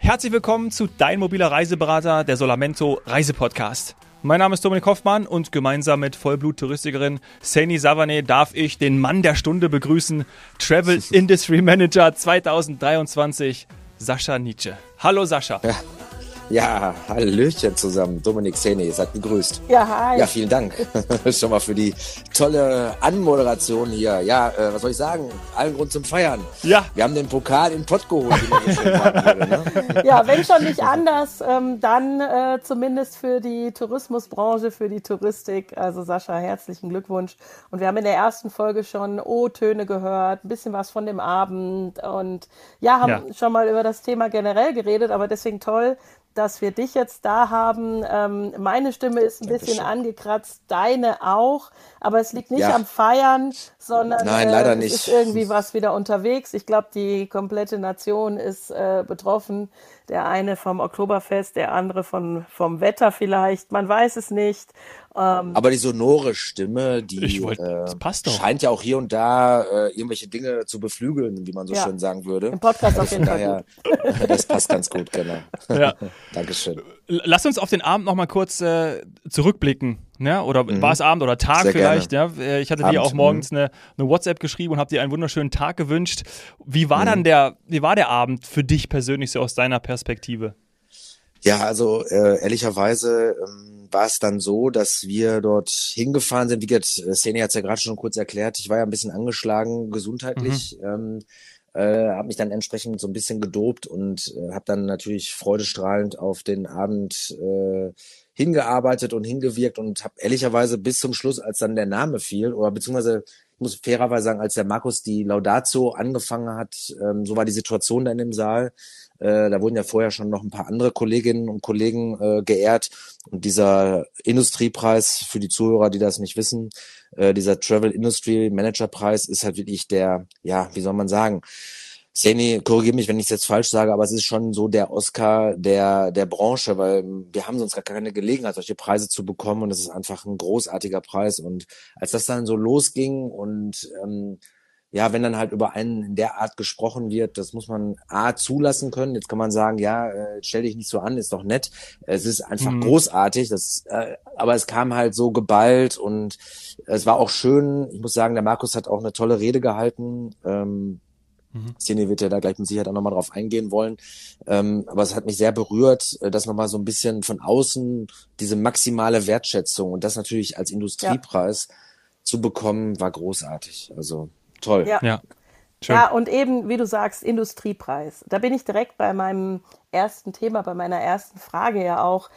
Herzlich willkommen zu Dein mobiler Reiseberater, der Solamento Reisepodcast. Mein Name ist Dominik Hoffmann und gemeinsam mit Vollblut-Touristikerin Saini Savane darf ich den Mann der Stunde begrüßen, Travel Industry Manager 2023, Sascha Nietzsche. Hallo Sascha. Ja, hallöchen zusammen. Dominik, Saini, seid gegrüßt. Ja, hi. Ja, vielen Dank schon mal für die tolle Anmoderation hier. Ja, was soll ich sagen? Allen Grund zum Feiern. Ja. Wir haben den Pokal in den Pott geholt, wie man so schön sagen würde, ne? Ja, wenn schon nicht anders, dann zumindest für die Tourismusbranche, für die Touristik. Also Sascha, herzlichen Glückwunsch. Und wir haben in der ersten Folge schon O-Töne gehört, ein bisschen was von dem Abend und haben schon mal über das Thema generell geredet, aber deswegen toll, dass wir dich jetzt da haben. Meine Stimme ist ein bisschen angekratzt, deine auch, aber es liegt nicht am Feiern, sondern Nein, leider es nicht. ist irgendwie was wieder unterwegs. Ich glaube, die komplette Nation ist betroffen. Der eine vom Oktoberfest, der andere vom Wetter vielleicht, man weiß es nicht. Aber die sonore Stimme, das passt doch. scheint ja auch hier und da irgendwelche Dinge zu beflügeln, wie man so schön sagen würde. Im Podcast auf jeden Fall gut. Das passt ganz gut, genau. Ja. Dankeschön. Lass uns auf den Abend noch mal kurz zurückblicken. Ne? Oder war es Abend oder Tag Sehr vielleicht? Ja? Ich hatte dir Abend, auch morgens eine WhatsApp geschrieben und habe dir einen wunderschönen Tag gewünscht. Wie war der Abend für dich persönlich so aus deiner Perspektive? Ja, also ehrlicherweise war es dann so, dass wir dort hingefahren sind. Wie gesagt, Saini hat es ja gerade schon kurz erklärt. Ich war ja ein bisschen angeschlagen gesundheitlich, habe mich dann entsprechend so ein bisschen gedopt und habe dann natürlich freudestrahlend auf den Abend hingearbeitet und hingewirkt und habe ehrlicherweise bis zum Schluss, als dann der Name fiel, oder beziehungsweise ich muss fairerweise sagen, als der Markus die Laudatio angefangen hat, so war die Situation da in dem Saal. Da wurden ja vorher schon noch ein paar andere Kolleginnen und Kollegen geehrt. Und dieser Industriepreis, für die Zuhörer, die das nicht wissen, dieser Travel Industry Manager Preis ist halt wirklich der, ja, wie soll man sagen, Saini, korrigiere mich, wenn ich es jetzt falsch sage, aber es ist schon so der Oscar der Branche, weil wir haben sonst gar keine Gelegenheit, solche Preise zu bekommen und es ist einfach ein großartiger Preis. Und als das dann so losging und wenn dann halt über einen in der Art gesprochen wird, das muss man zulassen können. Jetzt kann man sagen, stell dich nicht so an, ist doch nett. Es ist einfach großartig, aber es kam halt so geballt und es war auch schön. Ich muss sagen, der Markus hat auch eine tolle Rede gehalten. Saini wird ja da gleich mit Sicherheit auch nochmal drauf eingehen wollen. Aber es hat mich sehr berührt, das nochmal so ein bisschen von außen, diese maximale Wertschätzung und das natürlich als Industriepreis zu bekommen, war großartig. Also toll. Ja. Schön. Ja, und eben, wie du sagst, Industriepreis. Da bin ich direkt bei meinem ersten Thema, bei meiner ersten Frage ja auch.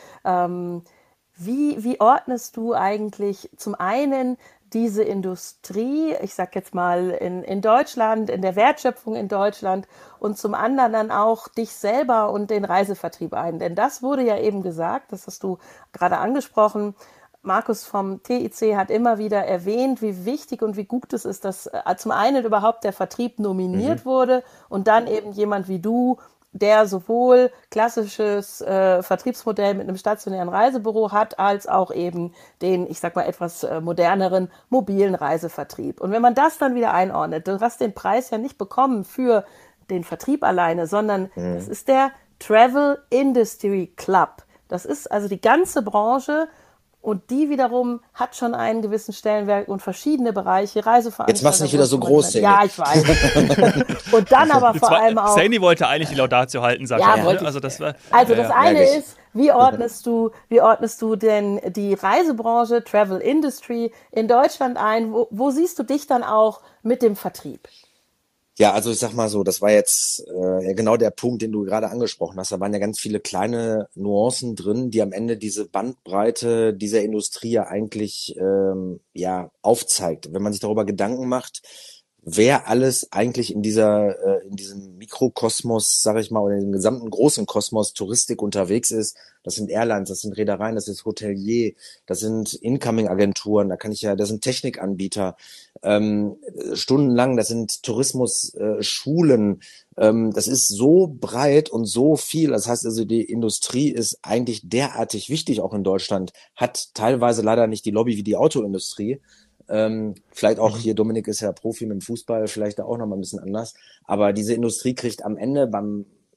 Wie ordnest du eigentlich zum einen diese Industrie, ich sag jetzt mal in Deutschland, in der Wertschöpfung in Deutschland und zum anderen dann auch dich selber und den Reisevertrieb ein? Denn das wurde ja eben gesagt, das hast du gerade angesprochen. Markus vom TIC hat immer wieder erwähnt, wie wichtig und wie gut es ist, dass zum einen überhaupt der Vertrieb nominiert wurde und dann eben jemand wie du, der sowohl klassisches Vertriebsmodell mit einem stationären Reisebüro hat, als auch eben den, ich sag mal, etwas moderneren mobilen Reisevertrieb. Und wenn man das dann wieder einordnet, du hast den Preis ja nicht bekommen für den Vertrieb alleine, sondern das ist der Travel Industry Club. Das ist also die ganze Branche. Und die wiederum hat schon einen gewissen Stellenwert und verschiedene Bereiche, Reiseveranstaltungen. Jetzt machst du nicht wieder so groß, Saini. Ja, ich weiß. Und dann aber vor allem auch... Saini wollte eigentlich die Laudatio halten, Sascha. Ja, wollte ich. Also das eine ist, wie ordnest du denn die Reisebranche, Travel Industry in Deutschland ein? Wo siehst du dich dann auch mit dem Vertrieb? Ja, also ich sag mal so, das war jetzt genau der Punkt, den du gerade angesprochen hast. Da waren ja ganz viele kleine Nuancen drin, die am Ende diese Bandbreite dieser Industrie ja eigentlich aufzeigt. Wenn man sich darüber Gedanken macht, wer alles eigentlich in diesem Mikrokosmos, sag ich mal, oder in dem gesamten großen Kosmos Touristik unterwegs ist. Das sind Airlines, das sind Reedereien, das ist Hotelier, das sind Incoming-Agenturen, das sind Technikanbieter, stundenlang, das sind Tourismus-Schulen. Das ist so breit und so viel. Das heißt also, die Industrie ist eigentlich derartig wichtig, auch in Deutschland, hat teilweise leider nicht die Lobby wie die Autoindustrie. Vielleicht auch hier, Dominik ist ja Profi mit dem Fußball, vielleicht da auch noch mal ein bisschen anders. Aber diese Industrie kriegt am Ende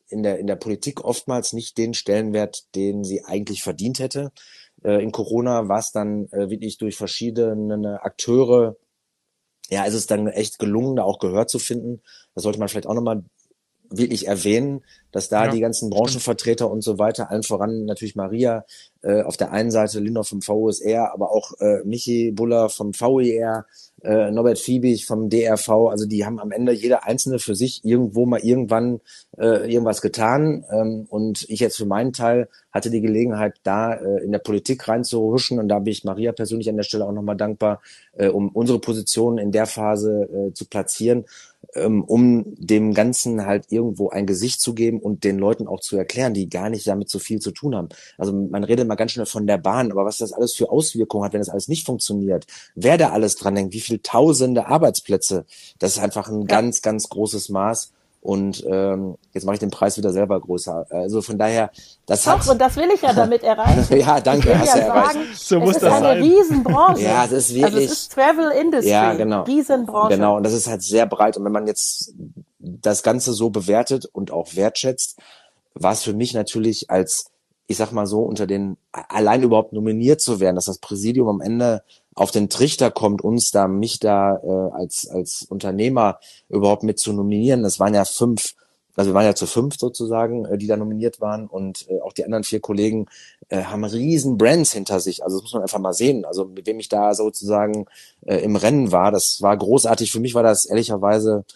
in der Politik oftmals nicht den Stellenwert, den sie eigentlich verdient hätte. In Corona war es dann wirklich durch verschiedene Akteure, ja, ist es dann echt gelungen, da auch Gehör zu finden. Das sollte man vielleicht auch nochmal wirklich erwähnen, dass da die ganzen Branchenvertreter und so weiter, allen voran natürlich Maria, auf der einen Seite Lindorf vom VUSR, aber auch Michi Buller vom VER, Norbert Fiebig vom DRV, also die haben am Ende jeder Einzelne für sich irgendwo mal irgendwann irgendwas getan, und ich jetzt für meinen Teil hatte die Gelegenheit, da in der Politik reinzuhuschen, und da bin ich Maria persönlich an der Stelle auch nochmal dankbar, um unsere Position in der Phase zu platzieren, um dem Ganzen halt irgendwo ein Gesicht zu geben und den Leuten auch zu erklären, die gar nicht damit so viel zu tun haben. Also man redet mal ganz schnell von der Bahn, aber was das alles für Auswirkungen hat, wenn das alles nicht funktioniert, wer da alles dran denkt, wie viele tausende Arbeitsplätze, das ist einfach ein ganz, ganz großes Maß. Und jetzt mache ich den Preis wieder selber größer. Also von daher, und das will ich ja damit erreichen. Ja, danke, ich will ja sagen, so muss es das ist eine sein. Riesenbranche. Ja, das ist wirklich. Also es ist Travel Industry. Ja, genau. Riesenbranche. Genau, und das ist halt sehr breit. Und wenn man jetzt das Ganze so bewertet und auch wertschätzt, war es für mich natürlich als, ich sag mal so, unter den, allein überhaupt nominiert zu werden, dass das Präsidium am Ende auf den Trichter kommt, mich da als Unternehmer überhaupt mit zu nominieren. Das waren ja 5, also wir waren ja zu 5 sozusagen, die da nominiert waren, und auch die anderen 4 Kollegen haben riesen Brands hinter sich. Also das muss man einfach mal sehen. Also mit wem ich da sozusagen im Rennen war, das war großartig. Für mich war das ehrlicherweise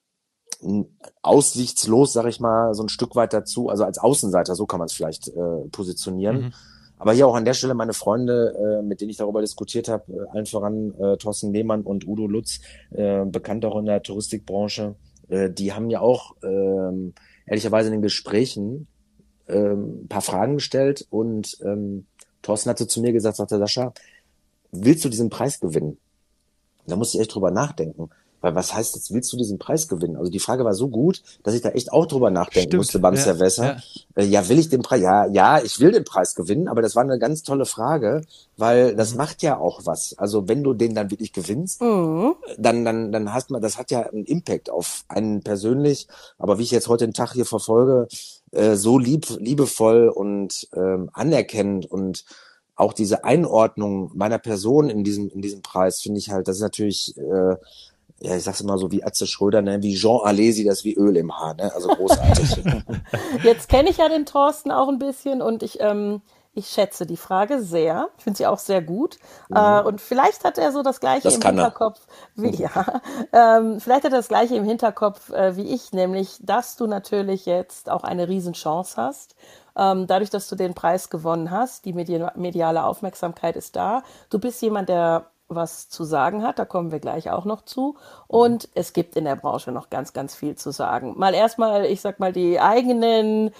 aussichtslos, sag ich mal, so ein Stück weit dazu, also als Außenseiter, so kann man es vielleicht positionieren. Mhm. Aber hier auch an der Stelle meine Freunde, mit denen ich darüber diskutiert habe, allen voran Thorsten Lehmann und Udo Lutz, bekannt auch in der Touristikbranche, die haben ja auch ehrlicherweise in den Gesprächen ein paar Fragen gestellt, und Thorsten hatte zu mir gesagt, sagte Sascha, willst du diesen Preis gewinnen? Da musste ich echt drüber nachdenken. Weil was heißt jetzt, willst du diesen Preis gewinnen? Also die Frage war so gut, dass ich da echt auch drüber nachdenken musste beim Cerveza. Ja, will ich den Preis? Ja, ich will den Preis gewinnen, aber das war eine ganz tolle Frage, weil das macht ja auch was. Also wenn du den dann wirklich gewinnst, dann das hat ja einen Impact auf einen persönlich. Aber wie ich jetzt heute den Tag hier verfolge, so liebevoll und anerkennend, und auch diese Einordnung meiner Person in diesem Preis, finde ich halt, das ist natürlich ja, ich sag's immer so wie Atze Schröder, ne? Wie Jean Alesi, das ist wie Öl im Haar, ne? Also großartig. Jetzt kenne ich ja den Thorsten auch ein bisschen, und ich schätze die Frage sehr. Ich finde sie auch sehr gut. Und vielleicht hat er so das Gleiche im Hinterkopf vielleicht hat er das Gleiche im Hinterkopf wie ich, nämlich, dass du natürlich jetzt auch eine Riesenchance hast. Dadurch, dass du den Preis gewonnen hast, die mediale Aufmerksamkeit ist da. Du bist jemand, der was zu sagen hat, da kommen wir gleich auch noch zu. Und es gibt in der Branche noch ganz, ganz viel zu sagen. Mal erstmal, ich sag mal, die eigenen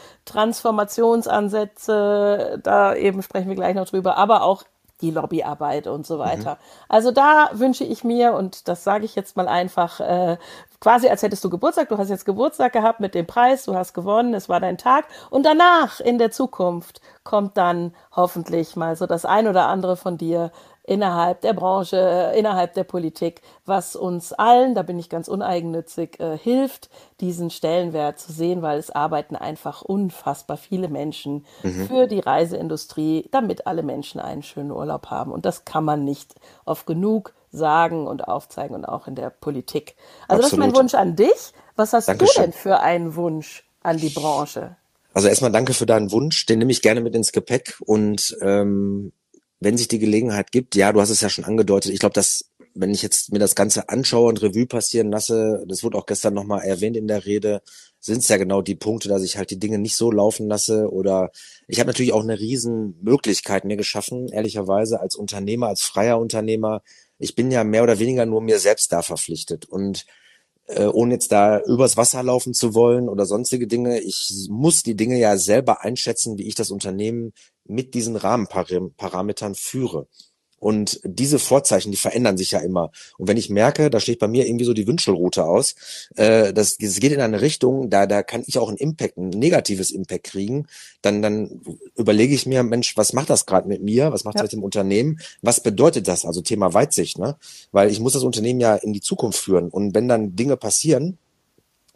Transformationsansätze, da eben sprechen wir gleich noch drüber, aber auch die Lobbyarbeit und so weiter. Also da wünsche ich mir, und das sage ich jetzt mal einfach, quasi als hättest du Geburtstag, du hast jetzt Geburtstag gehabt mit dem Preis, du hast gewonnen, es war dein Tag, und danach in der Zukunft kommt dann hoffentlich mal so das ein oder andere von dir innerhalb der Branche, innerhalb der Politik, was uns allen, da bin ich ganz uneigennützig, hilft, diesen Stellenwert zu sehen, weil es arbeiten einfach unfassbar viele Menschen für die Reiseindustrie, damit alle Menschen einen schönen Urlaub haben. Und das kann man nicht oft genug sagen und aufzeigen, und auch in der Politik. Also Das ist mein Wunsch an dich. Was hast du denn für einen Wunsch an die Branche? Also erstmal danke für deinen Wunsch, den nehme ich gerne mit ins Gepäck, und wenn sich die Gelegenheit gibt, ja, du hast es ja schon angedeutet, ich glaube, dass, wenn ich jetzt mir das Ganze anschaue und Revue passieren lasse, das wurde auch gestern nochmal erwähnt in der Rede, sind es ja genau die Punkte, dass ich halt die Dinge nicht so laufen lasse, oder ich habe natürlich auch eine riesen Möglichkeit mir geschaffen, ehrlicherweise als Unternehmer, als freier Unternehmer. Ich bin ja mehr oder weniger nur mir selbst da verpflichtet, und ohne jetzt da übers Wasser laufen zu wollen oder sonstige Dinge. Ich muss die Dinge ja selber einschätzen, wie ich das Unternehmen mit diesen Rahmenparametern führe. Und diese Vorzeichen, die verändern sich ja immer. Und wenn ich merke, da steht bei mir irgendwie so die Wünschelroute aus, das geht in eine Richtung, da kann ich auch einen Impact, ein negatives Impact kriegen, dann überlege ich mir, Mensch, was macht das gerade mit mir? Was macht das mit dem Unternehmen? Was bedeutet das? Also Thema Weitsicht, ne? Weil ich muss das Unternehmen ja in die Zukunft führen. Und wenn dann Dinge passieren,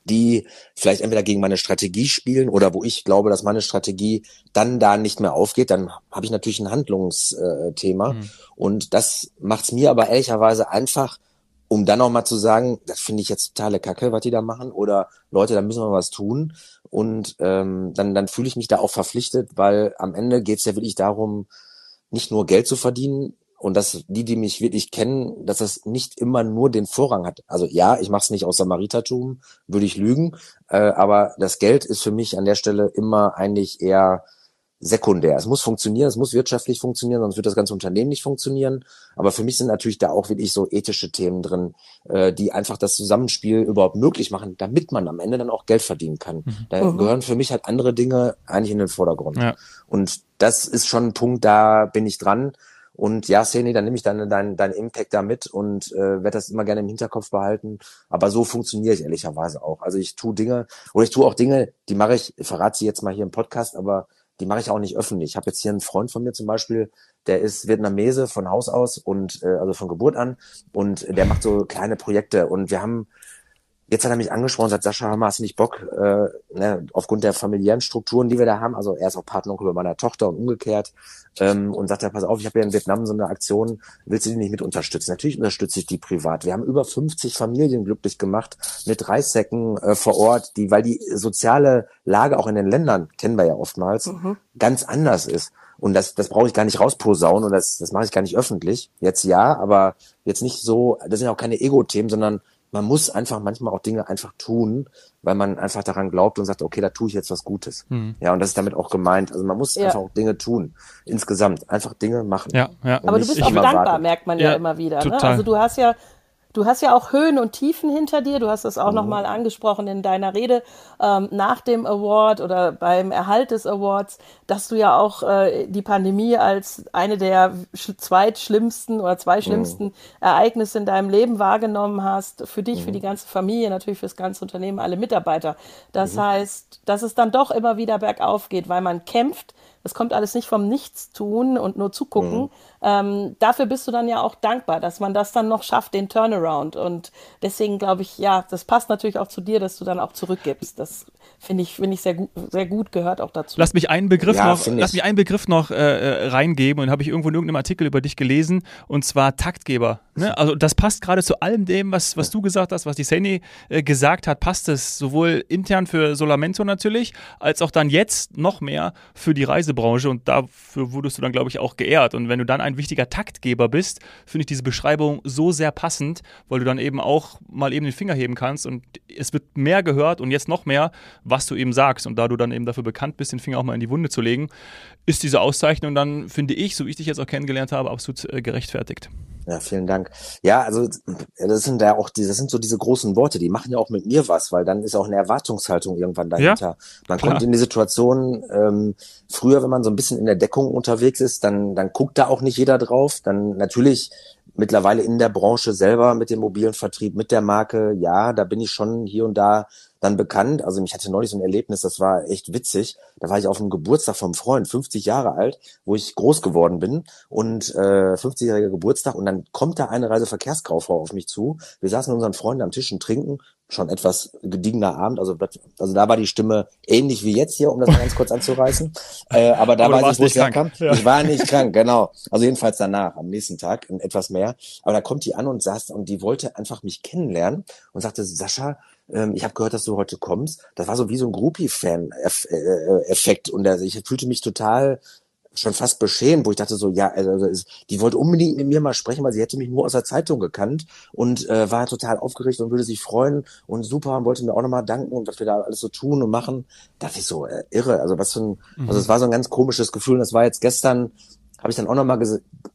die vielleicht entweder gegen meine Strategie spielen oder wo ich glaube, dass meine Strategie dann da nicht mehr aufgeht, dann habe ich natürlich ein Handlungsthema. Und das macht's mir aber ehrlicherweise einfach, um dann auch mal zu sagen, das finde ich jetzt totale Kacke, was die da machen, oder Leute, da müssen wir was tun. Und dann fühle ich mich da auch verpflichtet, weil am Ende geht's ja wirklich darum, nicht nur Geld zu verdienen, und dass die mich wirklich kennen, dass das nicht immer nur den Vorrang hat. Also ja, ich mache es nicht aus Samaritertum, würde ich lügen, aber das Geld ist für mich an der Stelle immer eigentlich eher sekundär. Es muss funktionieren, es muss wirtschaftlich funktionieren, sonst wird das ganze Unternehmen nicht funktionieren. Aber für mich sind natürlich da auch wirklich so ethische Themen drin, die einfach das Zusammenspiel überhaupt möglich machen, damit man am Ende dann auch Geld verdienen kann. Da gehören für mich halt andere Dinge eigentlich in den Vordergrund. Ja. Und das ist schon ein Punkt, da bin ich dran. Und ja, Seni, dann nehme ich deinen Impact da mit und werde das immer gerne im Hinterkopf behalten. Aber so funktioniere ich ehrlicherweise auch. Also ich tue auch Dinge, die mache ich verrate sie jetzt mal hier im Podcast, aber die mache ich auch nicht öffentlich. Ich habe jetzt hier einen Freund von mir zum Beispiel, der ist Vietnamese von Haus aus und also von Geburt an, und der macht so kleine Projekte, und jetzt hat er mich angesprochen und sagt, Sascha, hör mal, hast du nicht Bock, aufgrund der familiären Strukturen, die wir da haben, also er ist auch Patenonkel bei meiner Tochter und umgekehrt, und sagt, ja, pass auf, ich habe ja in Vietnam so eine Aktion, willst du die nicht mit unterstützen? Natürlich unterstütze ich die privat. Wir haben über 50 Familien glücklich gemacht mit Reissäcken vor Ort, weil die soziale Lage auch in den Ländern, kennen wir ja oftmals, ganz anders ist. Und das brauche ich gar nicht rausposaunen, und das mache ich gar nicht öffentlich. Jetzt ja, aber jetzt nicht so, das sind ja auch keine Ego-Themen, sondern man muss einfach manchmal auch Dinge einfach tun, weil man einfach daran glaubt und sagt, okay, da tue ich jetzt was Gutes. Ja, und das ist damit auch gemeint. Also man muss einfach auch Dinge tun. Insgesamt einfach Dinge machen. Ja. Aber du bist auch dankbar, merkt man ja immer wieder. Ne? Also du hast ja auch Höhen und Tiefen hinter dir. Du hast das auch nochmal angesprochen in deiner Rede nach dem Award oder beim Erhalt des Awards, dass du ja auch die Pandemie als eine der zwei schlimmsten Ereignisse in deinem Leben wahrgenommen hast. Für dich, für die ganze Familie, natürlich fürs ganze Unternehmen, alle Mitarbeiter. Das heißt, dass es dann doch immer wieder bergauf geht, weil man kämpft. Das kommt alles nicht vom Nichtstun und nur zugucken. Dafür bist du dann ja auch dankbar, dass man das dann noch schafft, den Turnaround. Und deswegen glaube ich, ja, das passt natürlich auch zu dir, dass du dann auch zurückgibst. Das finde ich sehr gut, gehört auch dazu. Lass mich einen Begriff noch reingeben, und habe ich irgendwo in irgendeinem Artikel über dich gelesen, und zwar Taktgeber. Ne? Also das passt gerade zu allem dem, was du gesagt hast, was die Seni gesagt hat, passt es sowohl intern für Solamento natürlich, als auch dann jetzt noch mehr für die Reisebranche, und dafür wurdest du dann, glaube ich, auch geehrt. Und wenn du dann ein wichtiger Taktgeber bist, finde ich diese Beschreibung so sehr passend, weil du dann eben auch mal eben den Finger heben kannst, und es wird mehr gehört und jetzt noch mehr, was du eben sagst. Und da du dann eben dafür bekannt bist, den Finger auch mal in die Wunde zu legen, ist diese Auszeichnung dann, finde ich, so wie ich dich jetzt auch kennengelernt habe, absolut gerechtfertigt. Ja, vielen Dank. Ja, also das sind so diese großen Worte, die machen ja auch mit mir was, weil dann ist auch eine Erwartungshaltung irgendwann dahinter. Ja, man kommt in die Situation, früher, wenn man so ein bisschen in der Deckung unterwegs ist, dann guckt da auch nicht jeder drauf. Dann natürlich mittlerweile in der Branche selber mit dem mobilen Vertrieb, mit der Marke, ja, da bin ich schon hier und da dann bekannt. Also ich hatte neulich so ein Erlebnis, das war echt witzig. Da war ich auf einem Geburtstag vom Freund, 50 Jahre alt, wo ich groß geworden bin, und 50-jähriger Geburtstag, und dann kommt da eine Reiseverkehrskauffrau auf mich zu. Wir saßen mit unseren Freunden am Tisch und trinken, schon etwas gediegener Abend, also da war die Stimme ähnlich wie jetzt hier, um das mal ganz kurz anzureißen. Aber da weiß ich, wo es herkam. Ja. Ich war nicht krank, genau. Also jedenfalls danach, am nächsten Tag, etwas mehr. Aber da kommt die an und die wollte einfach mich kennenlernen und sagte, Sascha, ich habe gehört, dass du heute kommst. Das war so wie so ein Groupie-Fan-Effekt, und ich fühlte mich total schon fast beschämt, wo ich dachte so, ja, also die wollte unbedingt mit mir mal sprechen, weil sie hätte mich nur aus der Zeitung gekannt, und war total aufgeregt und würde sich freuen und super, und wollte mir auch nochmal danken und was wir da alles so tun und machen. Da dachte ich so, irre, also also es war so ein ganz komisches Gefühl, und das war jetzt gestern, habe ich dann auch nochmal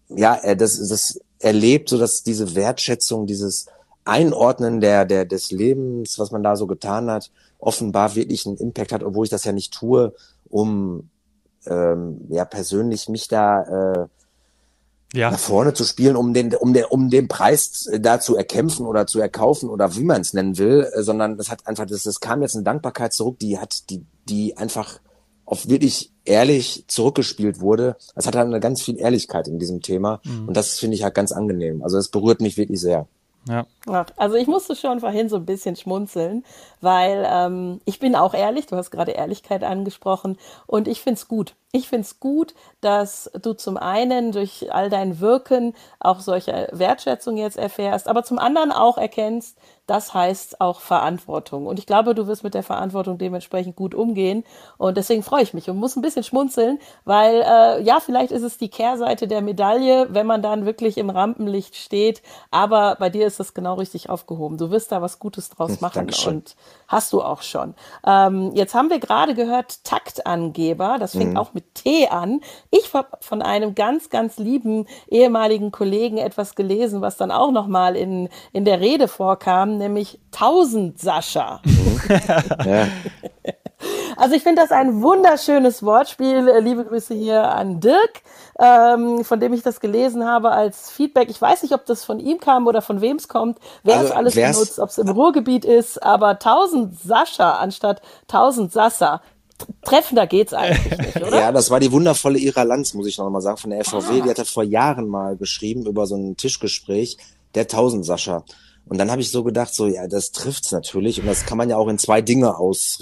das erlebt, so dass diese Wertschätzung, dieses Einordnen des Lebens, was man da so getan hat, offenbar wirklich einen Impact hat, obwohl ich das ja nicht tue, um persönlich mich da nach vorne zu spielen, um den Preis da zu erkämpfen oder zu erkaufen oder wie man es nennen will, sondern das kam jetzt eine Dankbarkeit zurück, die einfach auf wirklich ehrlich zurückgespielt wurde. Es hat halt eine ganz viel Ehrlichkeit in diesem Thema, und das finde ich halt ganz angenehm. Also das berührt mich wirklich sehr. Ja. Ach, also ich musste schon vorhin so ein bisschen schmunzeln, weil ich bin auch ehrlich, du hast gerade Ehrlichkeit angesprochen und ich finde es gut. Ich finde es gut, dass du zum einen durch all dein Wirken auch solche Wertschätzung jetzt erfährst, aber zum anderen auch erkennst, das heißt auch Verantwortung. Und ich glaube, du wirst mit der Verantwortung dementsprechend gut umgehen. Und deswegen freue ich mich und muss ein bisschen schmunzeln, weil ja, vielleicht ist es die Kehrseite der Medaille, wenn man dann wirklich im Rampenlicht steht. Aber bei dir ist das genau richtig aufgehoben. Du wirst da was Gutes draus machen und hast du auch schon. Jetzt haben wir gerade gehört, Taktangeber, das fängt auch mit T an. Ich habe von einem ganz, ganz lieben ehemaligen Kollegen etwas gelesen, was dann auch nochmal in der Rede vorkam, nämlich 1000 Sascha. Ja. Also ich finde das ein wunderschönes Wortspiel. Liebe Grüße hier an Dirk, von dem ich das gelesen habe als Feedback. Ich weiß nicht, ob das von ihm kam oder von wem es kommt, wer es alles benutzt, ob es im Ruhrgebiet ist, aber 1000 Sascha anstatt 1000 Sassa. Treffender geht's eigentlich nicht, oder? Ja, das war die wundervolle Ira Lanz, muss ich noch mal sagen, von der FVW. Die hat das vor Jahren mal geschrieben über so ein Tischgespräch, der 1000 Sascha. Und dann habe ich so gedacht, so ja, das trifft's natürlich und das kann man ja auch in zwei Dinge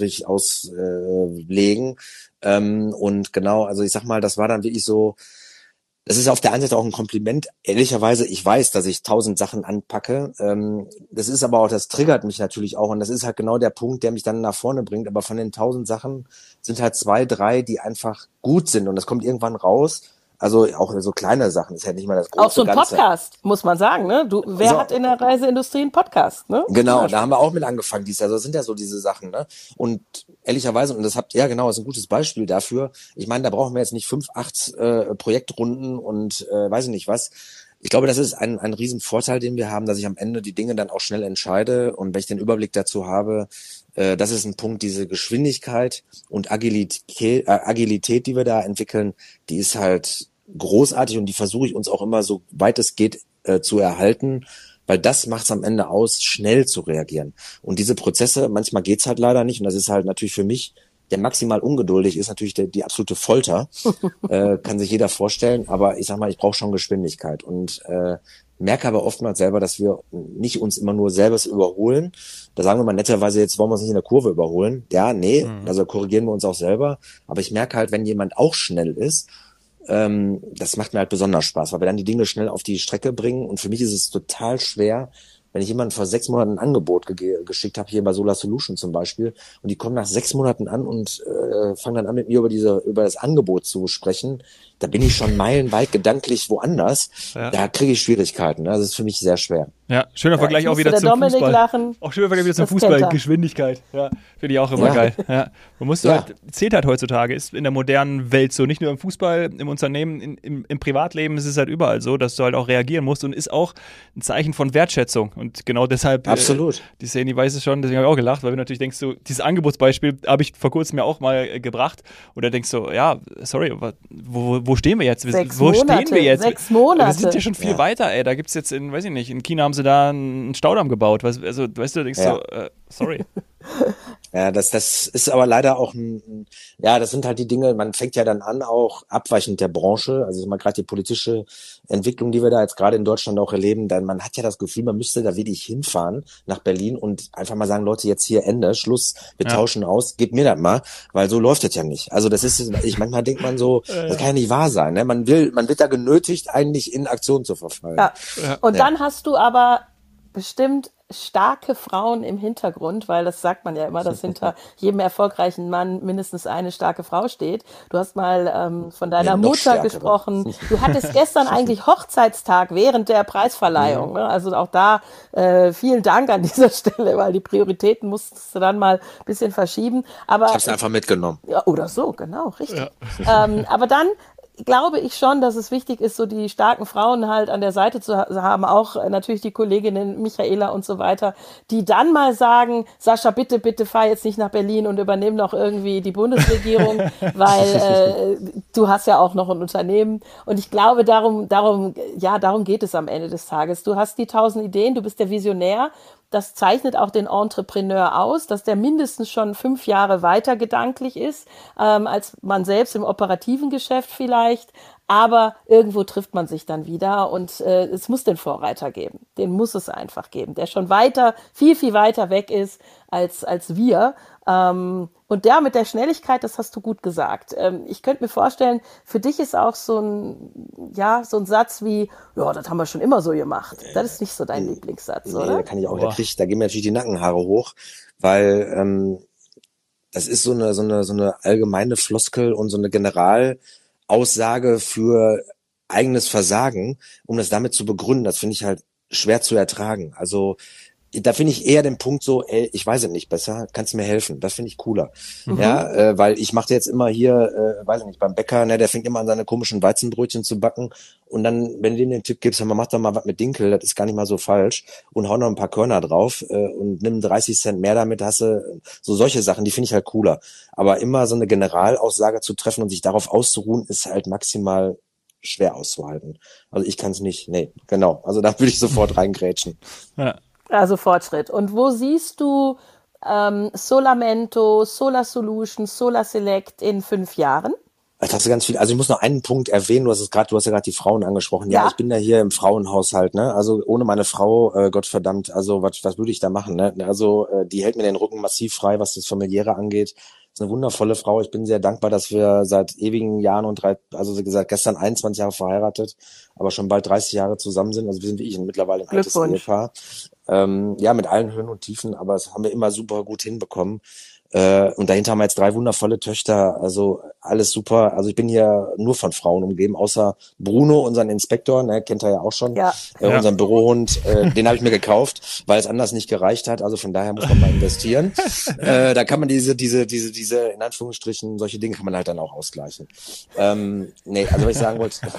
auslegen. Und genau, also ich sag mal, das war dann wirklich so, das ist auf der einen Seite auch ein Kompliment. Ehrlicherweise, ich weiß, dass ich 1000 Sachen anpacke. Das ist aber auch, das triggert mich natürlich auch. Und das ist halt genau der Punkt, der mich dann nach vorne bringt. Aber von den 1000 Sachen sind halt 2, 3, die einfach gut sind. Und das kommt irgendwann raus. Also auch so kleine Sachen, ist ja nicht mal das große Auch so ein Ganze. Podcast, muss man sagen, ne? Wer hat in der Reiseindustrie einen Podcast, ne? Genau, da haben wir auch mit angefangen dieses Jahr. Also das sind ja so diese Sachen, ne? Und ehrlicherweise, und das ja genau, ist ein gutes Beispiel dafür. Ich meine, da brauchen wir jetzt nicht 5, 8 Projektrunden und weiß ich nicht was. Ich glaube, das ist ein riesen Vorteil, den wir haben, dass ich am Ende die Dinge dann auch schnell entscheide und wenn ich den Überblick dazu habe, das ist ein Punkt, diese Geschwindigkeit und Agilität, die wir da entwickeln, die ist halt großartig und die versuche ich uns auch immer so weit es geht zu erhalten, weil das macht es am Ende aus, schnell zu reagieren. Und diese Prozesse, manchmal geht's halt leider nicht und das ist halt natürlich für mich, der maximal ungeduldig ist, natürlich die absolute Folter, kann sich jeder vorstellen, aber ich sag mal, ich brauche schon Geschwindigkeit und merke aber oftmals selber, dass wir nicht uns immer nur selbst überholen. Da sagen wir mal netterweise, jetzt wollen wir uns nicht in der Kurve überholen. Ja, nee, also korrigieren wir uns auch selber. Aber ich merke halt, wenn jemand auch schnell ist, das macht mir halt besonders Spaß, weil wir dann die Dinge schnell auf die Strecke bringen. Und für mich ist es total schwer, wenn ich jemandem vor 6 Monaten ein Angebot geschickt habe, hier bei Solar Solution zum Beispiel, und die kommen nach 6 Monaten an und fangen dann an mit mir über das Angebot zu sprechen, da bin ich schon meilenweit gedanklich woanders. Ja. Da kriege ich Schwierigkeiten. Das ist für mich sehr schwer. Ja, schöner Vergleich auch wieder zum Dominik Fußball. Lachen. Auch schöner Vergleich wieder zum Fußball. Geschwindigkeit. Ja, finde ich auch immer geil. Ja. Man muss halt, zählt halt heutzutage, ist in der modernen Welt so, nicht nur im Fußball, im Unternehmen, im Privatleben ist es halt überall so, dass du halt auch reagieren musst und ist auch ein Zeichen von Wertschätzung. Und genau deshalb, absolut. Die Szene weiß es schon, deswegen habe ich auch gelacht, weil du natürlich denkst, so, dieses Angebotsbeispiel habe ich vor kurzem ja auch mal gebracht und da denkst du, ja, sorry, wo stehen wir jetzt? Wo stehen wir jetzt? 6 Monate. Wir sind ja schon viel weiter, ey. Da gibt's jetzt weiß ich nicht, in China haben sie da einen Staudamm gebaut. Also, weißt du, denkst so, sorry. Ja, das ist aber leider auch das sind halt die Dinge, man fängt ja dann an, auch abweichend der Branche, also mal gerade die politische Entwicklung, die wir da jetzt gerade in Deutschland auch erleben, dann man hat ja das Gefühl, man müsste da wirklich hinfahren nach Berlin und einfach mal sagen, Leute, jetzt hier Ende, Schluss, wir tauschen aus, gebt mir das mal, weil so läuft das ja nicht. Also das ist, manchmal denkt man so, das kann ja nicht wahr sein, ne? Man wird da genötigt, eigentlich in Aktion zu verfallen. Ja. Und dann hast du aber bestimmt starke Frauen im Hintergrund, weil das sagt man ja immer, dass hinter jedem erfolgreichen Mann mindestens eine starke Frau steht. Du hast mal von deiner Mutter gesprochen. Du hattest gestern eigentlich Hochzeitstag während der Preisverleihung. Ne? Also auch da vielen Dank an dieser Stelle, weil die Prioritäten musstest du dann mal ein bisschen verschieben. Aber ich habe es einfach mitgenommen. Ja, oder so, genau, richtig. Ja. Aber dann glaube ich schon, dass es wichtig ist, so die starken Frauen halt an der Seite zu haben, auch natürlich die Kolleginnen Michaela und so weiter, die dann mal sagen, Sascha, bitte fahr jetzt nicht nach Berlin und übernimm noch irgendwie die Bundesregierung, weil du hast ja auch noch ein Unternehmen und ich glaube, darum geht es am Ende des Tages. Du hast die 1000 Ideen, du bist der Visionär. Das zeichnet auch den Entrepreneur aus, dass der mindestens schon 5 Jahre weiter gedanklich ist, als man selbst im operativen Geschäft vielleicht. aber irgendwo trifft man sich dann wieder und es muss den Vorreiter geben. Den muss es einfach geben, der schon weiter, viel, viel weiter weg ist als wir. Und ja, mit der Schnelligkeit, das hast du gut gesagt. Ich könnte mir vorstellen, für dich ist auch so ein Satz wie, ja, das haben wir schon immer so gemacht. Das ist nicht so dein Lieblingssatz, oder? Da kann ich auch, da gehen mir natürlich die Nackenhaare hoch, weil das ist so eine allgemeine Floskel und so eine Generalaussage für eigenes Versagen, um das damit zu begründen. Das finde ich halt schwer zu ertragen. Also da finde ich eher den Punkt so, ey, ich weiß es nicht besser, kannst du mir helfen? Das finde ich cooler. Ja, weil ich mache jetzt immer hier, weiß ich nicht, beim Bäcker, ne, der fängt immer an, seine komischen Weizenbrötchen zu backen und dann, wenn du dem den Tipp gibst, mach doch mal was mit Dinkel, das ist gar nicht mal so falsch und hau noch ein paar Körner drauf und nimm 30 Cent mehr damit, hast du so solche Sachen, die finde ich halt cooler. Aber immer so eine Generalaussage zu treffen und sich darauf auszuruhen, ist halt maximal schwer auszuhalten. Also ich kann es nicht, nee, genau. Also da würde ich sofort reingrätschen. Ja. Also Fortschritt. Und wo siehst du Solamento, Solar Solutions, Solar Select in 5 Jahren? Jetzt hast du ganz viel. Also ich muss noch einen Punkt erwähnen. Du hast ja gerade die Frauen angesprochen. Ja, ich bin ja hier im Frauenhaushalt, ne? Also ohne meine Frau, Gottverdammt, also was würde ich da machen, ne? Also die hält mir den Rücken massiv frei, was das Familiäre angeht. Ist eine wundervolle Frau. Ich bin sehr dankbar, dass wir seit ewigen Jahren also wie gesagt, gestern 21 Jahre verheiratet, aber schon bald 30 Jahre zusammen sind. Also wir sind wie ich mittlerweile ein altes Ehepaar. Ja, mit allen Höhen und Tiefen, aber das haben wir immer super gut hinbekommen. Und dahinter haben wir jetzt 3 wundervolle Töchter, also alles super. Also ich bin hier nur von Frauen umgeben, außer Bruno, unseren Inspektor, ne, kennt er ja auch schon, unseren Bürohund, den habe ich mir gekauft, weil es anders nicht gereicht hat. Also von daher muss man mal investieren. Da kann man diese in Anführungsstrichen, solche Dinge kann man halt dann auch ausgleichen. Nee, also was ich sagen wollte,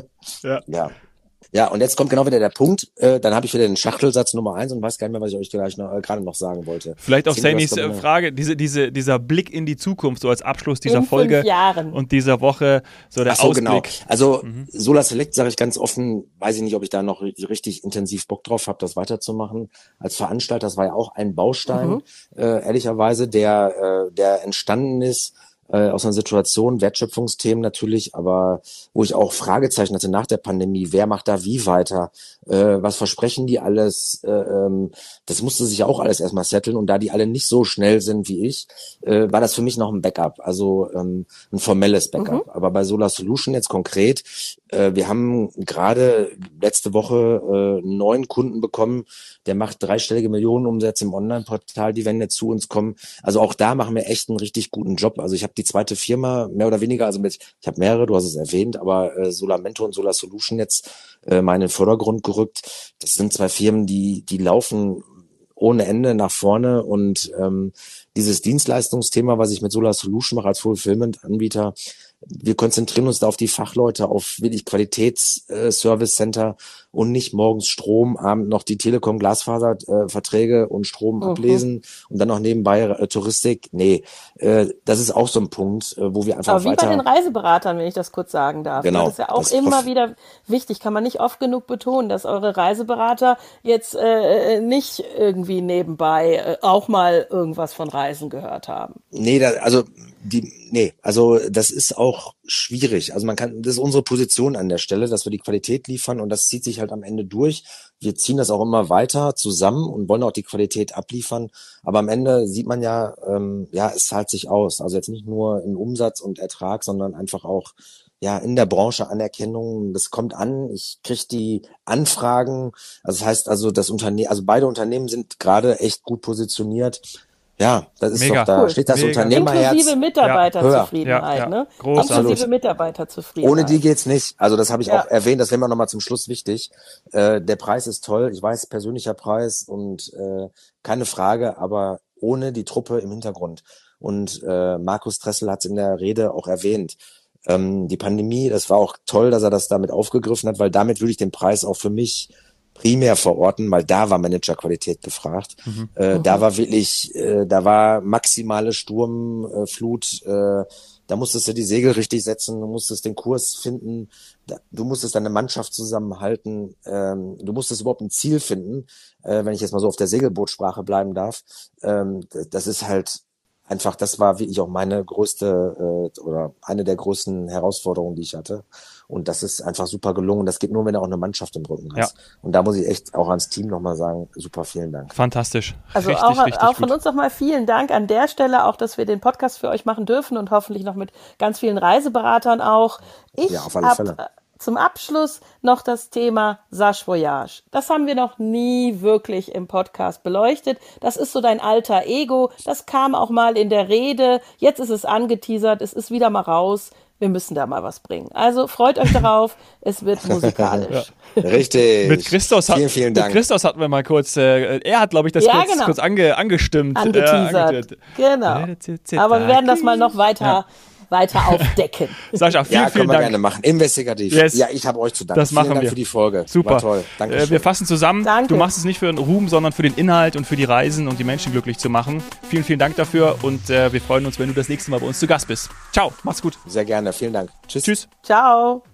ja. Ja, und jetzt kommt genau wieder der Punkt, dann habe ich wieder den Schachtelsatz Nummer 1 und weiß gar nicht mehr, was ich euch gleich gerade noch sagen wollte. Vielleicht auf Sainys Frage, dieser Blick in die Zukunft, so als Abschluss dieser Folge 5 Jahren. Und dieser Woche, so der Ausblick. Genau. Also Solar Select, sage ich ganz offen, weiß ich nicht, ob ich da noch richtig intensiv Bock drauf habe, das weiterzumachen. Als Veranstalter, das war ja auch ein Baustein, ehrlicherweise, der entstanden ist, aus einer Situation, Wertschöpfungsthemen natürlich, aber wo ich auch Fragezeichen hatte nach der Pandemie, wer macht da wie weiter, was versprechen die alles, das musste sich ja auch alles erstmal setteln und da die alle nicht so schnell sind wie ich, war das für mich noch ein Backup, also ein formelles Backup. Aber bei Solar Solution jetzt konkret, wir haben gerade letzte Woche einen neuen Kunden bekommen, der macht 3-stellige Millionenumsätze im Online-Portal, die werden jetzt zu uns kommen. Also auch da machen wir echt einen richtig guten Job. Also ich habe die zweite Firma, mehr oder weniger, ich habe mehrere, du hast es erwähnt, aber Solamento und Solar Solution jetzt mal in den Vordergrund gerückt. Das sind 2 Firmen, die laufen ohne Ende nach vorne und dieses Dienstleistungsthema, was ich mit Solar Solution mache als Fulfillment-Anbieter, wir konzentrieren uns da auf die Fachleute, auf wirklich Qualitäts-Service-Center und nicht morgens Strom, abend noch die Telekom-Glasfaser-Verträge und Strom ablesen und dann noch nebenbei Touristik. Nee, das ist auch so ein Punkt, wo wir einfach Aber wie bei den Reiseberatern, wenn ich das kurz sagen darf. Genau. Das ist ja auch immer wieder wichtig, kann man nicht oft genug betonen, dass eure Reiseberater jetzt nicht irgendwie nebenbei auch mal irgendwas von Reisen gehört haben. Nee, also das ist auch schwierig. Also das ist unsere Position an der Stelle, dass wir die Qualität liefern und das zieht sich halt am Ende durch. Wir ziehen das auch immer weiter zusammen und wollen auch die Qualität abliefern. Aber am Ende sieht man ja, es zahlt sich aus. Also jetzt nicht nur in Umsatz und Ertrag, sondern einfach auch in der Branche Anerkennung. Das kommt an. Ich kriege die Anfragen. Also das heißt also, beide Unternehmen sind gerade echt gut positioniert. Ja, das ist Mega. Doch, da steht das Unternehmerherz. Inklusive Mitarbeiterzufriedenheit, ne? Großartig. Inklusive Mitarbeiterzufriedenheit. Ohne die geht's nicht. Also das habe ich auch erwähnt, das wäre mir nochmal zum Schluss wichtig. Der Preis ist toll, ich weiß, persönlicher Preis und keine Frage, aber ohne die Truppe im Hintergrund. Und Markus Dressel hat es in der Rede auch erwähnt. Die Pandemie, das war auch toll, dass er das damit aufgegriffen hat, weil damit würde ich den Preis auch für mich primär verorten, weil da war Managerqualität gefragt. Da war wirklich, da war maximale Sturmflut, da musstest du die Segel richtig setzen, du musstest den Kurs finden, du musstest deine Mannschaft zusammenhalten, du musstest überhaupt ein Ziel finden, wenn ich jetzt mal so auf der Segelbootsprache bleiben darf. Das ist halt einfach, das war wirklich auch meine größte oder eine der größten Herausforderungen, die ich hatte. Und das ist einfach super gelungen. Das geht nur, wenn du auch eine Mannschaft im Rücken hast. Ja. Und da muss ich echt auch ans Team nochmal sagen, super, vielen Dank. Fantastisch. Also richtig, auch von uns nochmal vielen Dank an der Stelle, auch dass wir den Podcast für euch machen dürfen und hoffentlich noch mit ganz vielen Reiseberatern auch. Ich auf alle Fälle. Zum Abschluss noch das Thema Sache Voyage. Das haben wir noch nie wirklich im Podcast beleuchtet. Das ist so dein alter Ego. Das kam auch mal in der Rede. Jetzt ist es angeteasert. Es ist wieder mal raus. Wir müssen da mal was bringen. Also freut euch darauf. Es wird musikalisch. Ja. Richtig. Mit Christos vielen Dank. Mit Christos hatten wir mal kurz, er hat, glaube ich, das kurz angestimmt. Angeteasert. Genau. Aber wir werden das mal noch weiter aufdecken. Sascha, vielen können wir Dank. Gerne machen. Investigativ. Yes. Ja, ich habe euch zu danken. Das machen vielen Dank wir. Für die Folge. Super. War toll. Danke. Wir fassen zusammen. Danke. Du machst es nicht für den Ruhm, sondern für den Inhalt und für die Reisen und die Menschen glücklich zu machen. Vielen, vielen Dank dafür und wir freuen uns, wenn du das nächste Mal bei uns zu Gast bist. Ciao, mach's gut. Sehr gerne. Vielen Dank. Tschüss. Ciao.